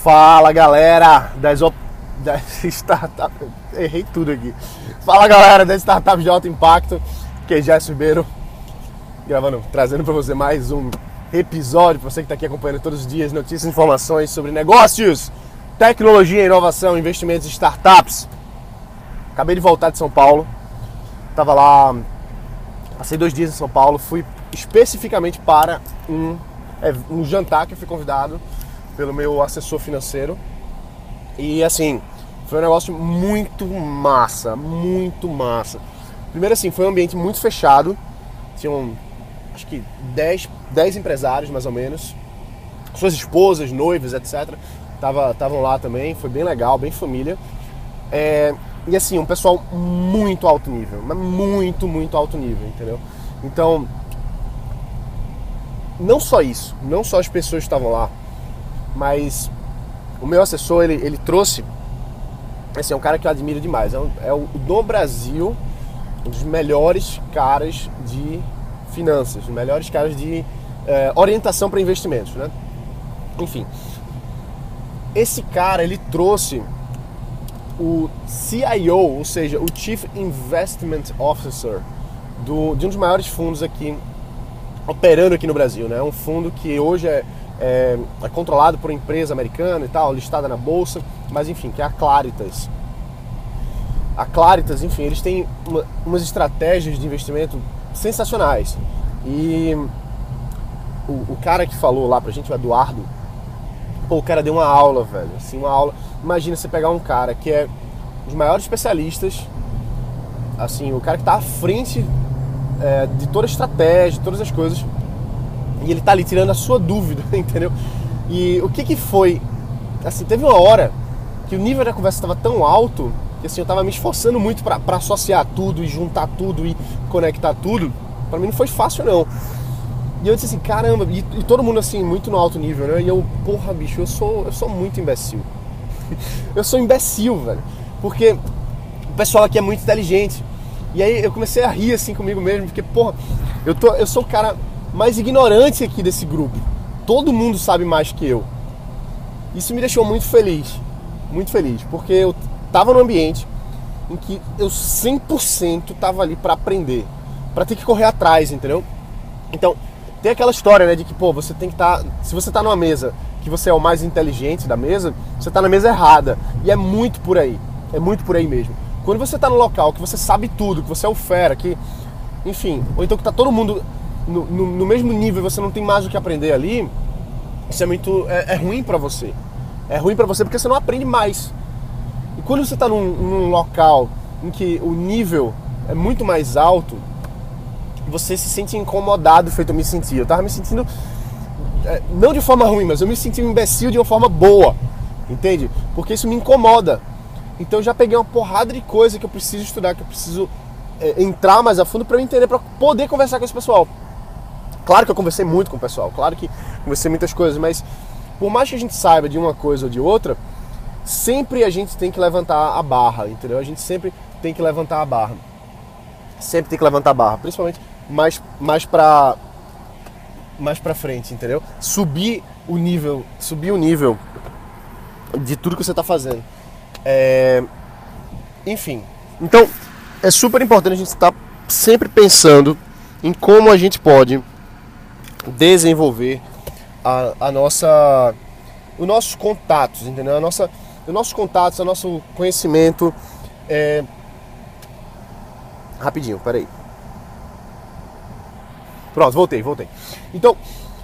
Fala galera das startups, errei tudo aqui. Fala galera das startups de alto impacto, que é Gerson Ribeiro, trazendo para você mais um episódio, para você que está aqui acompanhando todos os dias notícias e informações sobre negócios, tecnologia, inovação, investimentos e startups. Acabei de voltar de São Paulo, estava lá, passei 2 dias em São Paulo, fui especificamente para um jantar que eu fui convidado pelo meu assessor financeiro. E assim, foi um negócio muito massa, muito massa. Primeiro assim, foi um ambiente muito fechado. Tinham, acho que 10 empresários mais ou menos, suas esposas, noivas, etc. Estavam lá também, foi bem legal, bem família. E assim, um pessoal muito alto nível, mas muito, muito alto nível, entendeu? Então, não só isso, não só as pessoas que estavam lá, mas o meu assessor, ele trouxe, assim, é um cara que eu admiro demais, do Brasil, um dos melhores caras de finanças, os melhores caras de orientação para investimentos, né? Enfim, esse cara, ele trouxe o CIO, ou seja, o Chief Investment Officer de um dos maiores fundos aqui, operando aqui no Brasil, né? Um fundo que hoje é controlado por uma empresa americana e tal, listada na bolsa, mas enfim, que é a Claritas. A Claritas, enfim, eles têm umas estratégias de investimento sensacionais. E o cara que falou lá pra gente, o Eduardo, o cara deu uma aula, velho, assim, uma aula. Imagina você pegar um cara que é um dos maiores especialistas, assim, o cara que tá à frente de toda a estratégia, de todas as coisas, e ele tá ali tirando a sua dúvida, entendeu? E o que foi? Assim, teve uma hora que o nível da conversa estava tão alto que assim, eu tava me esforçando muito pra associar tudo e juntar tudo e conectar tudo. Pra mim não foi fácil, não. E eu disse assim, caramba, e todo mundo assim, muito no alto nível, né? E eu, porra, bicho, eu sou muito imbecil. Eu sou imbecil, velho. Porque o pessoal aqui é muito inteligente. E aí eu comecei a rir assim comigo mesmo, porque, porra, eu sou o cara mais ignorante aqui desse grupo. Todo mundo sabe mais que eu. Isso me deixou muito feliz, porque eu tava num ambiente em que eu 100% tava ali pra aprender, pra ter que correr atrás, entendeu? Então, tem aquela história, né, de que, pô, você tem que estar, se você tá numa mesa que você é o mais inteligente da mesa, você tá na mesa errada. E é muito por aí mesmo. Quando você tá no local que você sabe tudo, que você é o fera, que, enfim, ou então que tá todo mundo no mesmo nível, você não tem mais o que aprender ali, isso é muito, é ruim pra você. É ruim pra você porque você não aprende mais. E quando você tá num local em que o nível é muito mais alto, você se sente incomodado, feito eu me sentir. Eu tava me sentindo, não de forma ruim, mas eu me senti um imbecil de uma forma boa, entende? Porque isso me incomoda. Então eu já peguei uma porrada de coisa que eu preciso estudar, que eu preciso entrar mais a fundo pra eu entender, pra poder conversar com esse pessoal. Claro que eu conversei muito com o pessoal, claro que conversei muitas coisas, mas por mais que a gente saiba de uma coisa ou de outra, sempre a gente tem que levantar a barra, entendeu? A gente sempre tem que levantar a barra. Sempre tem que levantar a barra, principalmente mais pra frente, entendeu? Subir o nível de tudo que você tá fazendo. Enfim, então é super importante a gente estar sempre pensando em como a gente pode desenvolver os nossos contatos, entendeu? Os nossos contatos, o nosso conhecimento. Rapidinho, peraí. Pronto, voltei. Então,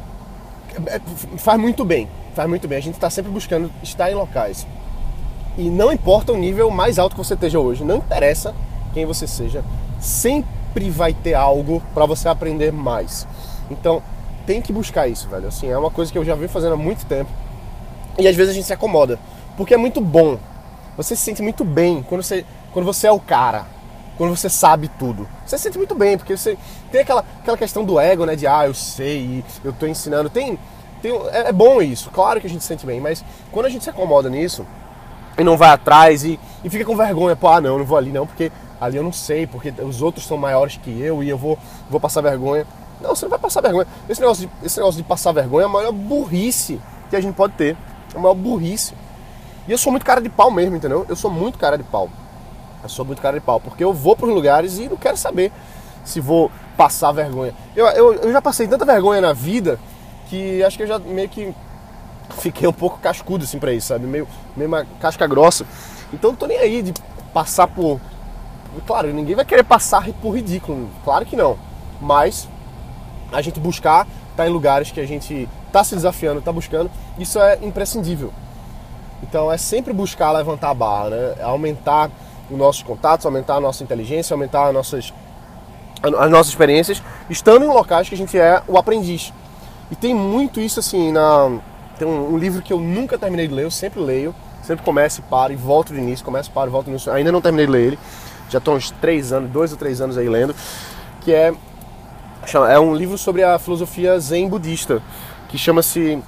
faz muito bem. A gente está sempre buscando estar em locais. E não importa o nível mais alto que você esteja hoje, não interessa quem você seja, sempre vai ter algo para você aprender mais. Então, tem que buscar isso, velho. Assim, é uma coisa que eu já venho fazendo há muito tempo. E às vezes a gente se acomoda, porque é muito bom. Você se sente muito bem quando você é o cara, quando você sabe tudo. Você se sente muito bem, porque você tem aquela questão do ego, né? De, eu sei, eu tô ensinando. É bom isso, claro que a gente se sente bem, mas quando a gente se acomoda nisso, e não vai atrás, e fica com vergonha, pô, não vou ali não, porque ali eu não sei, porque os outros são maiores que eu, e eu vou passar vergonha. Não, você não vai passar vergonha. Esse negócio de passar vergonha é a maior burrice que a gente pode ter. a maior burrice. E eu sou muito cara de pau mesmo, entendeu? Eu sou muito cara de pau. Porque eu vou pros lugares e não quero saber se vou passar vergonha. Eu já passei tanta vergonha na vida que acho que eu já meio que fiquei um pouco cascudo assim pra isso, sabe? Meio uma casca grossa. Então não tô nem aí de passar por... Claro, ninguém vai querer passar por ridículo, claro que não. Mas a gente buscar estar em lugares que a gente tá se desafiando, tá buscando, isso é imprescindível. Então é sempre buscar levantar a barra, né? Aumentar os nossos contatos, aumentar a nossa inteligência, aumentar as nossas experiências, estando em locais que a gente é o aprendiz. E tem muito isso assim, tem um livro que eu nunca terminei de ler, eu sempre leio, sempre começo e paro e volto do início, começo e paro e volto do início, ainda não terminei de ler ele, já estou uns 2 ou 3 anos aí lendo, que é um livro sobre a filosofia zen budista, que chama-se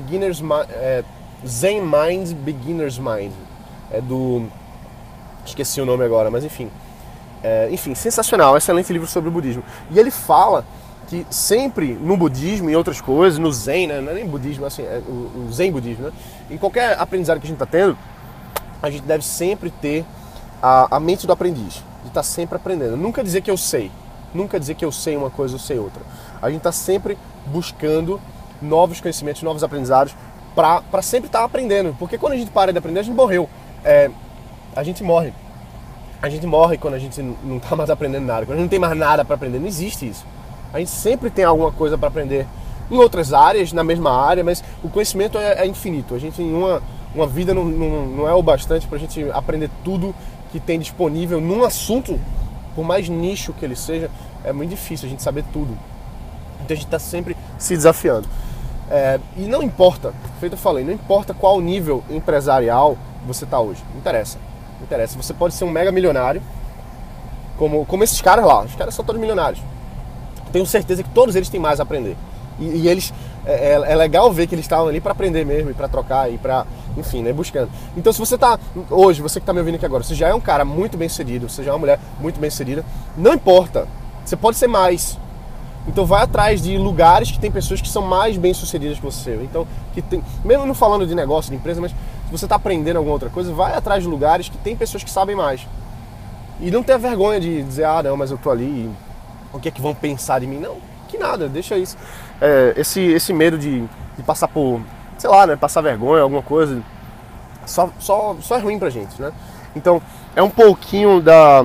Zen Mind, Beginner's Mind. É do... esqueci o nome agora, mas enfim. Enfim, sensacional, excelente livro sobre o budismo. E ele fala que sempre no budismo e outras coisas, no zen, né? Não é nem budismo, assim, é o zen budismo, né? Em qualquer aprendizado que a gente está tendo, a gente deve sempre ter a mente do aprendiz, de estar sempre aprendendo. Nunca dizer que eu sei, nunca dizer que eu sei uma coisa ou sei outra. A gente está sempre buscando novos conhecimentos, novos aprendizados, para sempre estar aprendendo. Porque quando a gente para de aprender, a gente morreu. A gente morre. A gente morre quando a gente não está mais aprendendo nada, quando a gente não tem mais nada para aprender. Não existe isso. A gente sempre tem alguma coisa para aprender em outras áreas, na mesma área, mas o conhecimento é infinito. A gente, em uma vida, não é o bastante para a gente aprender tudo que tem disponível num assunto, por mais nicho que ele seja. É muito difícil a gente saber tudo. Então a gente está sempre se desafiando. E não importa, feito eu falei, não importa qual nível empresarial você está hoje. Não interessa. Você pode ser um mega milionário, como esses caras lá. Os caras são todos milionários. Tenho certeza que todos eles têm mais a aprender. E eles... É legal ver que eles estavam ali para aprender mesmo, e para trocar, e para, enfim, né, buscando. Então se você tá, hoje, você que está me ouvindo aqui agora, você já é um cara muito bem sucedido, você já é uma mulher muito bem sucedida, não importa, você pode ser mais. Então vai atrás de lugares que tem pessoas que são mais bem sucedidas que você. Então, mesmo não falando de negócio, de empresa, mas se você está aprendendo alguma outra coisa, vai atrás de lugares que tem pessoas que sabem mais. E não tenha vergonha de dizer, não, mas eu tô ali, o que é que vão pensar de mim? Não, que nada, deixa isso. Esse medo de passar por, sei lá, né, passar vergonha, alguma coisa, só é ruim pra gente, né? Então, é um pouquinho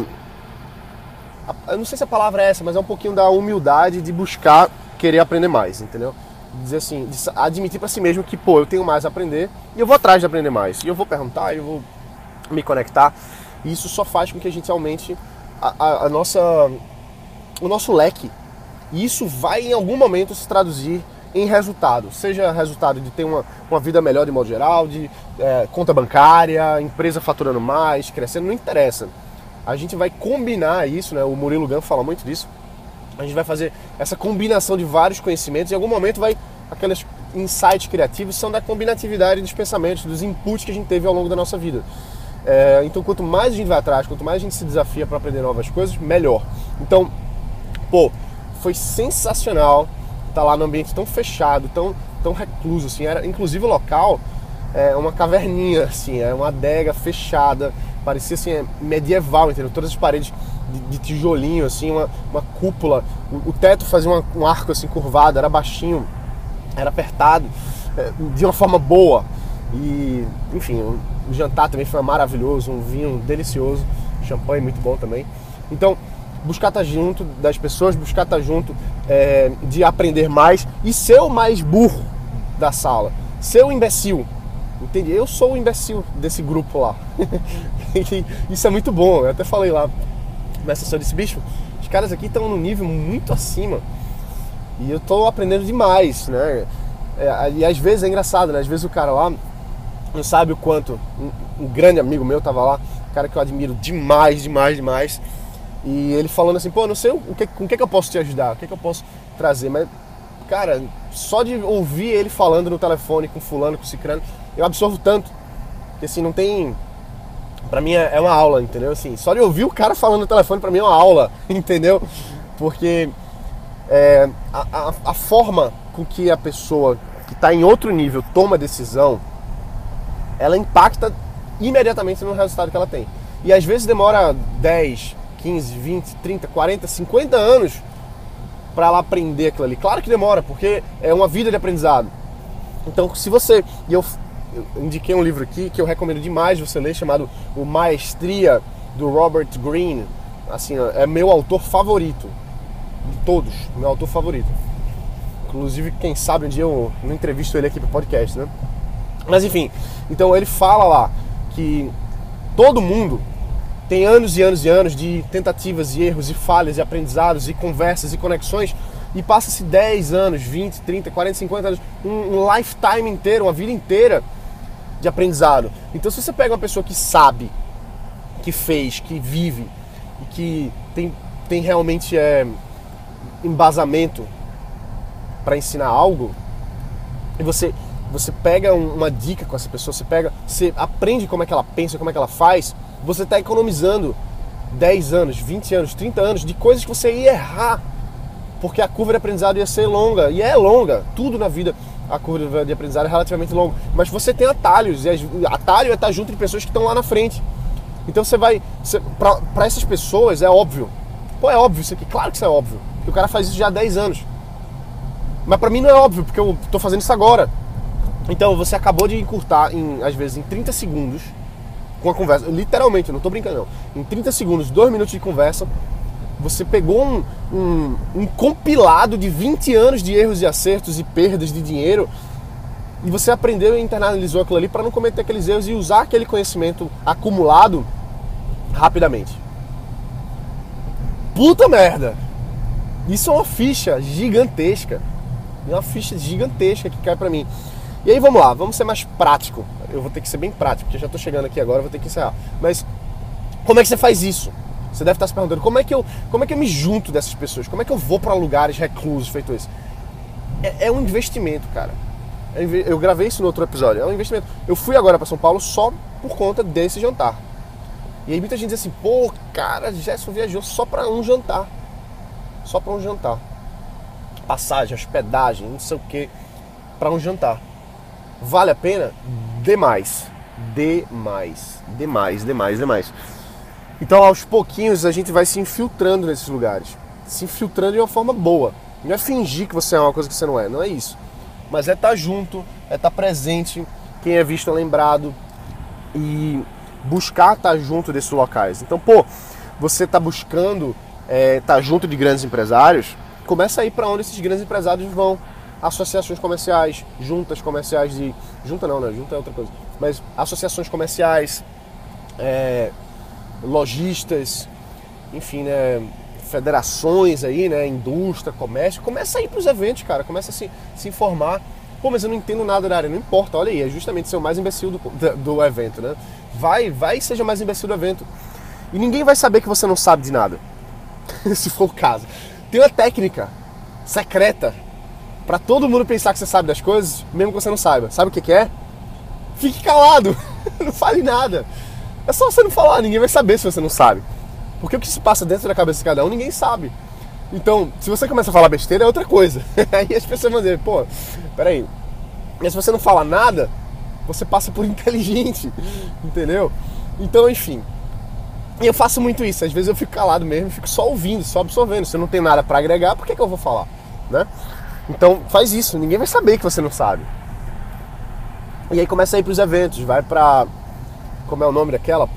eu não sei se a palavra é essa, mas é um pouquinho da humildade de buscar querer aprender mais, entendeu? Dizer assim, de admitir pra si mesmo que, eu tenho mais a aprender e eu vou atrás de aprender mais. E eu vou perguntar, eu vou me conectar. E isso só faz com que a gente aumente o nosso leque. E isso vai em algum momento se traduzir em resultado. Seja resultado de ter uma vida melhor de modo geral, de conta bancária, empresa faturando mais, crescendo, não interessa. A gente vai combinar isso, né? O Murilo Gun fala muito disso. A gente vai fazer essa combinação de vários conhecimentos. Em algum momento aqueles insights criativos são da combinatividade dos pensamentos, dos inputs que a gente teve ao longo da nossa vida. Então quanto mais a gente vai atrás, quanto mais a gente se desafia para aprender novas coisas, melhor. Então, foi sensacional estar lá num ambiente tão fechado, tão recluso, assim. Era, inclusive o local uma caverninha, assim, uma adega fechada, parecia assim, medieval, entendeu? Todas as paredes de tijolinho, assim, uma cúpula, o teto fazia um arco assim curvado, era baixinho, era apertado, de uma forma boa. E, enfim, o jantar também foi maravilhoso, um vinho delicioso, champanhe muito bom também. Então, buscar estar junto das pessoas, buscar estar junto de aprender mais e ser o mais burro da sala, ser o imbecil. Entendi? Eu sou o imbecil desse grupo lá. Isso é muito bom. Eu até falei lá na sessão desse bicho, os caras aqui estão num nível muito acima e eu estou aprendendo demais, né? E às vezes é engraçado, né? Às vezes o cara lá não sabe o quanto. Um grande amigo meu tava lá, um cara que eu admiro demais. E ele falando assim, não sei com o que eu posso te ajudar, o que eu posso trazer, mas, cara, só de ouvir ele falando no telefone com fulano, com cicrano, eu absorvo tanto, que assim, não tem... Pra mim é uma aula, entendeu? Assim, só de ouvir o cara falando no telefone, pra mim é uma aula, entendeu? Porque a forma com que a pessoa que tá em outro nível toma decisão ela impacta imediatamente no resultado que ela tem. E às vezes demora 10, 15, 20, 30, 40, 50 anos para ela aprender aquilo ali. Claro que demora, porque é uma vida de aprendizado. Então, se você... E eu indiquei um livro aqui que eu recomendo demais você ler, chamado O Maestria, do Robert Greene. Assim, é meu autor favorito. De todos, meu autor favorito. Inclusive, quem sabe um dia eu não entrevisto ele aqui pro podcast, né? Mas enfim, então ele fala lá que todo mundo tem anos e anos e anos de tentativas e erros e falhas e aprendizados e conversas e conexões, e passa-se 10 anos, 20, 30, 40, 50 anos, um lifetime inteiro, uma vida inteira de aprendizado. Então, se você pega uma pessoa que sabe, que fez, que vive e que tem realmente embasamento para ensinar algo, e você pega uma dica com essa pessoa, você aprende como é que ela pensa, como é que ela faz, você está economizando 10 anos, 20 anos, 30 anos de coisas que você ia errar, porque a curva de aprendizado ia ser longa, e é longa, tudo na vida, a curva de aprendizado é relativamente longa, mas você tem atalhos, e atalho é estar junto de pessoas que estão lá na frente. Então para essas pessoas é óbvio, é óbvio isso aqui, claro que isso é óbvio, porque o cara faz isso já há 10 anos, mas para mim não é óbvio, porque eu estou fazendo isso agora. Então você acabou de encurtar, às vezes em 30 segundos, com a conversa, literalmente, eu não estou brincando não, em 30 segundos, 2 minutos de conversa, você pegou um compilado de 20 anos de erros e acertos e perdas de dinheiro, e você aprendeu e internalizou aquilo ali para não cometer aqueles erros e usar aquele conhecimento acumulado rapidamente. Puta merda! Isso é uma ficha gigantesca. É uma ficha gigantesca que cai pra mim. E aí vamos lá, vamos ser mais prático. Eu vou ter que ser bem prático, porque eu já tô chegando aqui agora, vou ter que encerrar. Mas como é que você faz isso? Você deve estar se perguntando, como é que eu me junto dessas pessoas? Como é que eu vou pra lugares reclusos feito isso? É um investimento, cara. Eu gravei isso no outro episódio, é um investimento. Eu fui agora pra São Paulo só por conta desse jantar. E aí muita gente diz assim, pô, cara, Gerson viajou só pra um jantar. Só pra um jantar. Passagem, hospedagem, não sei o que, pra um jantar. Vale a pena? Demais. Demais. Então, aos pouquinhos, a gente vai se infiltrando nesses lugares. Se infiltrando de uma forma boa. Não é fingir que você é uma coisa que você não é. Não é isso. Mas é estar junto, é estar presente. Quem é visto é lembrado. E buscar estar junto desses locais. Então, você está buscando estar junto de grandes empresários, começa a ir para onde esses grandes empresários vão. Associações comerciais, juntas comerciais de... Junta não, né? Junta é outra coisa. Mas associações comerciais, lojistas, enfim, né? Federações aí, né? Indústria, comércio. Começa a ir para os eventos, cara. Começa a se informar. Pô, mas eu não entendo nada da área. Não importa, olha aí. É justamente ser o mais imbecil do evento, né? Vai e seja mais imbecil do evento. E ninguém vai saber que você não sabe de nada. Se for o caso. Tem uma técnica secreta pra todo mundo pensar que você sabe das coisas, mesmo que você não saiba. Sabe o que é? Fique calado. Não fale nada. É só você não falar, ninguém vai saber se você não sabe. Porque o que se passa dentro da cabeça de cada um, ninguém sabe. Então, se você começa a falar besteira, é outra coisa. Aí as pessoas vão dizer, pô, peraí. Mas se você não fala nada, você passa por inteligente. Entendeu? Então, enfim. E eu faço muito isso. Às vezes eu fico calado mesmo, fico só ouvindo, só absorvendo. Se eu não tenho nada pra agregar, por que eu vou falar? Né? Então faz isso, ninguém vai saber que você não sabe. E aí começa a ir pros eventos, vai pra... Como é o nome daquela?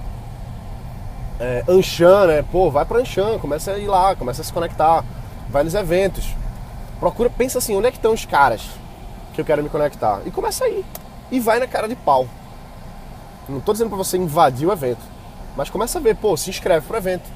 Anshan, né? Vai pra Anshan, começa a ir lá, começa a se conectar. Vai nos eventos. Procura, pensa assim, onde é que estão os caras que eu quero me conectar? E começa a ir. E vai na cara de pau. Não tô dizendo pra você invadir o evento, mas começa a ver, se inscreve pro evento.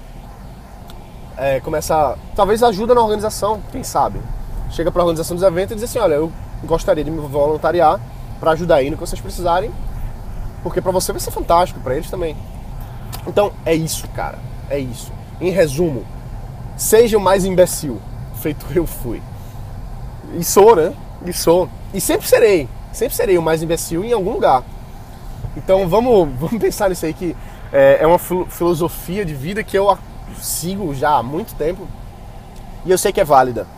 Talvez ajuda na organização, quem sabe? Chega para a organização dos eventos e diz assim, olha, eu gostaria de me voluntariar para ajudar aí no que vocês precisarem, porque para você vai ser fantástico, para eles também. Então, é isso, cara, é isso. Em resumo, seja o mais imbecil, feito eu fui. E sou, né? E sempre serei o mais imbecil em algum lugar. Então, vamos pensar nisso aí, que é uma filosofia de vida que eu sigo já há muito tempo, e eu sei que é válida.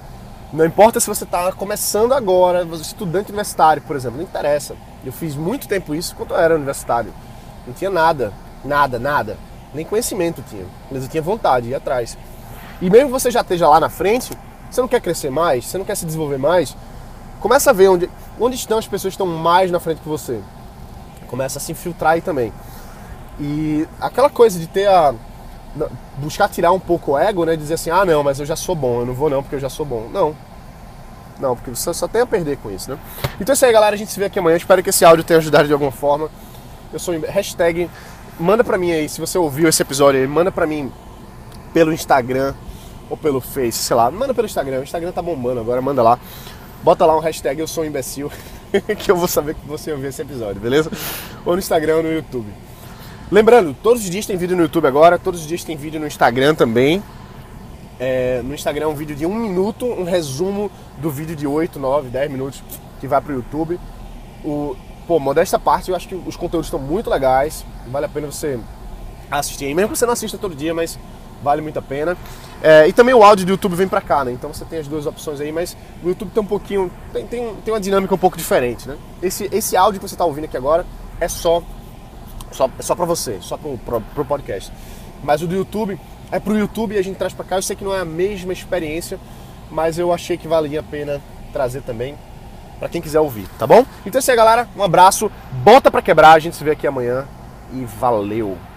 Não importa se você está começando agora, você é estudante universitário, por exemplo, não interessa. Eu fiz muito tempo isso quando eu era universitário. Não tinha nada, nada. Nem conhecimento tinha, mas eu tinha vontade de ir atrás. E mesmo que você já esteja lá na frente, você não quer crescer mais, você não quer se desenvolver mais, começa a ver onde estão as pessoas que estão mais na frente que você. Começa a se infiltrar aí também. E aquela coisa de buscar tirar um pouco o ego, né? Dizer assim, ah não, mas eu já sou bom, eu não vou não porque eu já sou bom. Não, porque você só tem a perder com isso, né? Então é isso aí, galera, a gente se vê aqui amanhã. Espero que esse áudio tenha ajudado de alguma forma. Eu sou hashtag, manda pra mim aí, se você ouviu esse episódio aí, manda pra mim pelo Instagram ou pelo Face, sei lá, manda pelo Instagram. O Instagram tá bombando agora, manda lá. Bota lá um hashtag eu sou um imbecil que eu vou saber que você ouviu esse episódio, beleza? Ou no Instagram ou no YouTube. Lembrando, todos os dias tem vídeo no YouTube agora, todos os dias tem vídeo no Instagram também. No Instagram é um vídeo de 1 minuto, um resumo do vídeo de 8, 9, 10 minutos que vai pro YouTube. Modesta parte, eu acho que os conteúdos estão muito legais, vale a pena você assistir aí, mesmo que você não assista todo dia, mas vale muito a pena. E também o áudio do YouTube vem pra cá, né? Então você tem as duas opções aí, mas o YouTube tem um pouquinho, tem uma dinâmica um pouco diferente, né? Esse áudio que você tá ouvindo aqui agora é só pra você, só pro podcast. Mas o do YouTube é pro YouTube e a gente traz pra cá. Eu sei que não é a mesma experiência, mas eu achei que valia a pena trazer também pra quem quiser ouvir, tá bom? Então é isso aí, galera. Um abraço, bota pra quebrar, a gente se vê aqui amanhã e valeu!